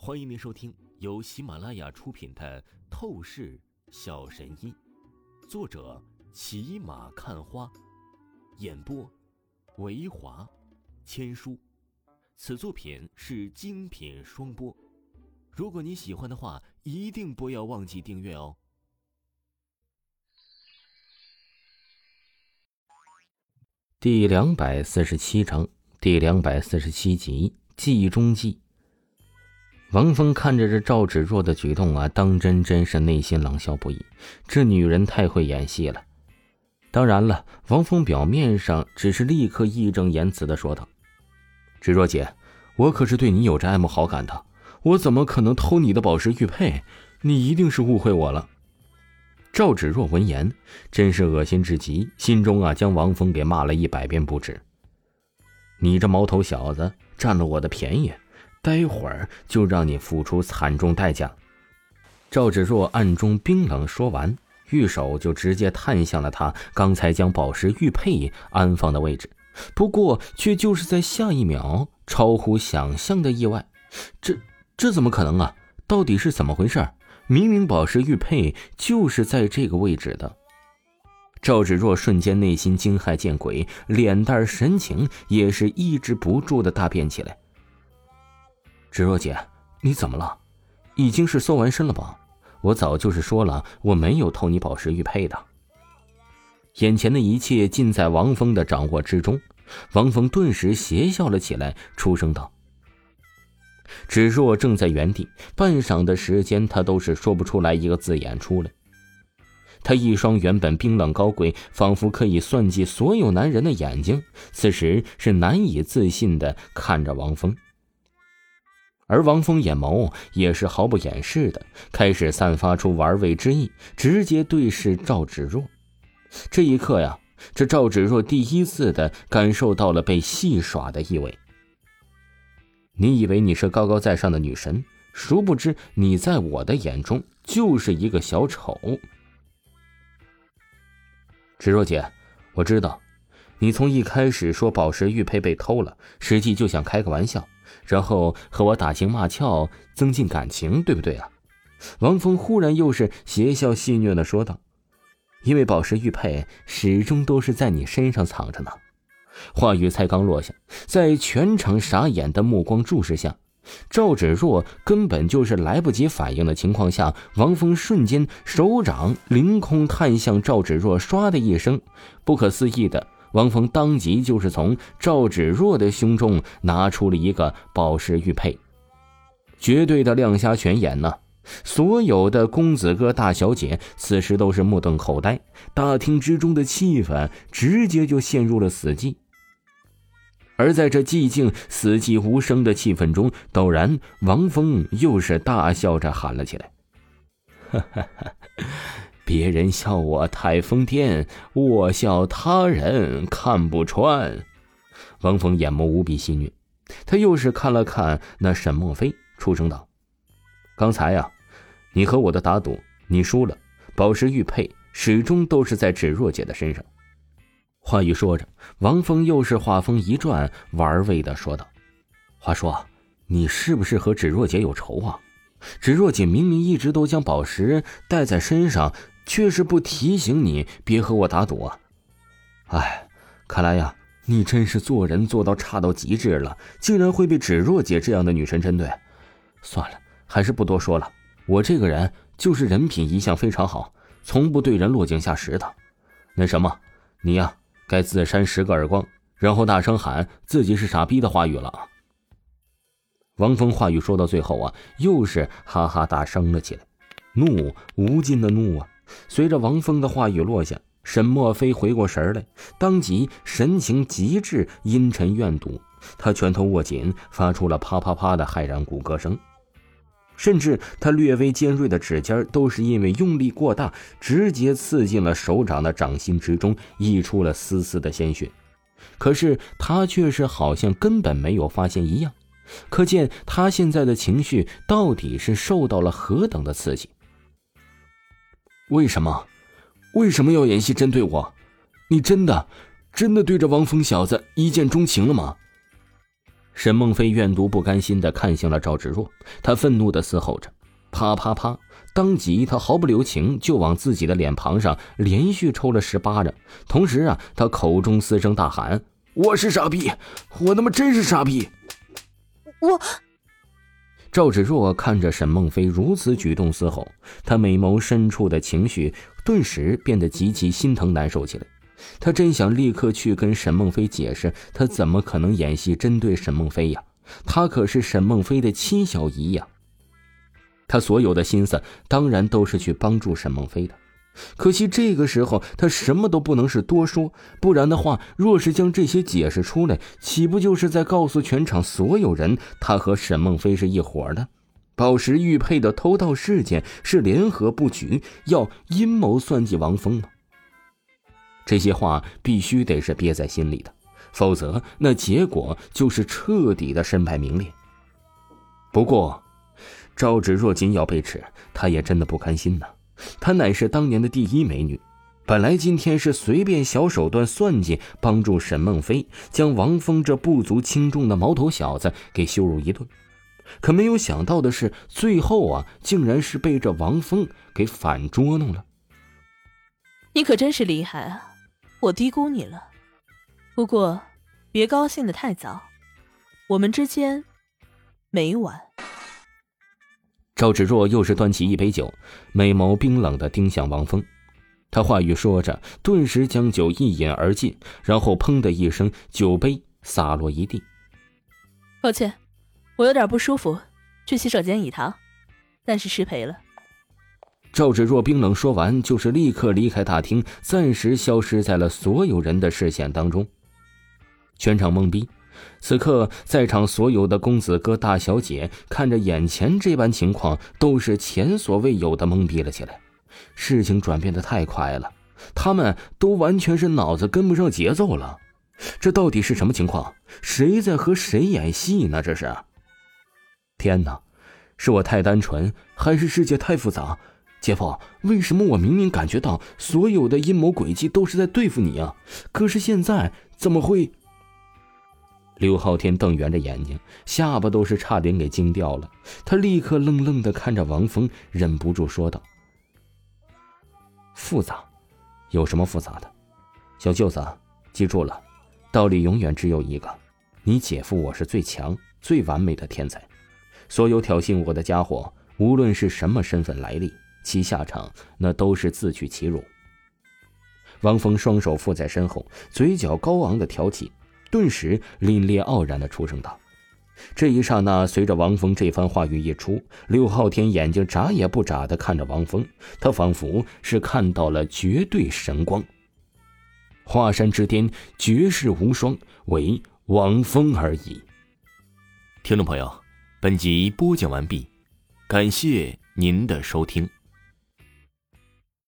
欢迎您收听由喜马拉雅出品的《透视小神医》，作者骑马看花，演播维华千书。此作品是精品双播。如果你喜欢的话，一定不要忘记订阅哦。 第247章，第247集，计中计。王峰看着这赵芷若的举动当真是内心冷笑不已，这女人太会演戏了。当然了，王峰表面上只是立刻义正言辞地说道：芷若姐，我可是对你有着爱慕好感的，我怎么可能偷你的宝石玉佩？你一定是误会我了。赵芷若闻言真是恶心至极，心中将王峰给骂了100遍不止。你这毛头小子占了我的便宜，待会儿就让你付出惨重代价。赵芷若暗中冰冷说完，玉手就直接探向了他刚才将宝石玉佩安放的位置，不过却就是在下一秒超乎想象的意外。这怎么可能啊？到底是怎么回事？明明宝石玉佩就是在这个位置的。赵芷若瞬间内心惊骇见鬼，脸蛋神情也是抑制不住的大变起来。芷若姐，你怎么了？已经是搜完身了吧？我早就是说了，我没有偷你宝石玉佩的。眼前的一切尽在王峰的掌握之中，王峰顿时邪笑了起来，出声道。芷若正在原地，半晌的时间他都是说不出来一个字眼出来。他一双原本冰冷高贵，仿佛可以算计所有男人的眼睛，此时是难以置信地看着王峰。而王峰眼眸也是毫不掩饰的开始散发出玩味之意，直接对视赵芷若。这一刻这赵芷若第一次的感受到了被戏耍的意味。你以为你是高高在上的女神，殊不知你在我的眼中就是一个小丑。芷若姐，我知道你从一开始说宝石玉佩被偷了，实际就想开个玩笑，然后和我打情骂俏，增进感情，对不对啊？王峰忽然又是邪笑戏谑地说道。因为宝石玉佩始终都是在你身上藏着呢。话语才刚落下，在全场傻眼的目光注视下，赵芷若根本就是来不及反应的情况下，王峰瞬间手掌凌空探向赵芷若，唰的一声，不可思议的王峰当即就是从赵芷若的胸中拿出了一个宝石玉佩，绝对的亮瞎全眼呢。所有的公子哥大小姐此时都是目瞪口呆，大厅之中的气氛直接就陷入了死寂。而在这寂静死寂无声的气氛中，陡然王峰又是大笑着喊了起来：哈哈哈，别人笑我太疯癫，我笑他人看不穿。王峰眼眸无比戏谑，他又是看了看那沈墨菲，出声道：刚才你和我的打赌，你输了，宝石玉佩始终都是在芷若姐的身上。话语说着，王峰又是话锋一转，玩味地说道：话说，你是不是和芷若姐有仇啊？芷若姐明明一直都将宝石带在身上，却是不提醒你别和我打赌啊。哎，看来你真是做人做到差到极致了，竟然会被芷若姐这样的女神针对。算了，还是不多说了，我这个人就是人品一向非常好，从不对人落井下石的。那什么，你该自扇10个耳光，然后大声喊自己是傻逼的话语了啊！王峰话语说到最后又是哈哈大声了起来，怒无尽的怒啊！随着王峰的话语落下，沈墨菲回过神来，当即神情极致阴沉怨毒，他拳头握紧，发出了啪啪啪的骇然骨骼声，甚至他略微尖锐的指尖都是因为用力过大，直接刺进了手掌的掌心之中，溢出了丝丝的鲜血。可是他却是好像根本没有发现一样，可见他现在的情绪到底是受到了何等的刺激。为什么要演戏针对我？你真的对着王峰小子一见钟情了吗？ 沈梦飞怨毒不甘心地看向了赵芷若，他愤怒地嘶吼着，啪啪啪，当即他毫不留情就往自己的脸庞上连续抽了10巴掌，同时他口中嘶声大喊：我是傻逼，我他妈真是傻逼！ 我…… 赵芷若看着沈梦飞如此举动嘶吼，她美眸深处的情绪顿时变得极其心疼难受起来。她真想立刻去跟沈梦飞解释，她怎么可能演戏针对沈梦飞呀？她可是沈梦飞的亲小姨呀！她所有的心思当然都是去帮助沈梦飞的。可惜这个时候他什么都不能是多说，不然的话，若是将这些解释出来，岂不就是在告诉全场所有人他和沈梦飞是一伙的？宝石玉佩的偷盗事件是联合布局，要阴谋算计王峰吗？这些话必须得是憋在心里的，否则那结果就是彻底的身败名裂。不过赵芷若紧咬贝齿，她也真的不甘心呢。她乃是当年的第一美女，本来今天是随便小手段算计，帮助沈梦飞将王峰这不足轻重的毛头小子给羞辱一顿，可没有想到的是，最后竟然是被这王峰给反捉弄了。 你可真是厉害啊，我低估你了。不过别高兴得太早，我们之间没完。 赵芷若又是端起一杯酒，美眸冰冷地盯向王峰。他话语说着，顿时将酒一饮而尽，然后砰的一声，酒杯洒落一地。 抱歉，我有点不舒服，去洗手间一趟，但是失陪了。 赵芷若冰冷说完，就是立刻离开大厅，暂时消失在了所有人的视线当中。全场懵逼。此刻在场所有的公子哥大小姐看着眼前这般情况，都是前所未有的懵逼了起来。事情转变得太快了，他们都完全是脑子跟不上节奏了。这到底是什么情况？谁在和谁演戏呢？这是……天哪，是我太单纯，还是世界太复杂？姐夫，为什么我明明感觉到所有的阴谋诡计都是在对付你啊？可是现在怎么会……刘昊天瞪圆着眼睛，下巴都是差点给惊掉了。他立刻愣愣地看着王峰，忍不住说道：复杂？有什么复杂的？小舅子，记住了，道理永远只有一个，你姐夫我是最强最完美的天才，所有挑衅我的家伙，无论是什么身份来历，其下场那都是自取其辱。王峰双手负在身后，嘴角高昂的挑起，顿时凛冽傲然地出声道。这一刹那，随着王峰这番话语一出，刘昊天眼睛眨也不眨地看着王峰，他仿佛是看到了绝对神光。华山之巅，绝世无双，唯王峰而已。 听众朋友，本集播讲完毕，感谢您的收听。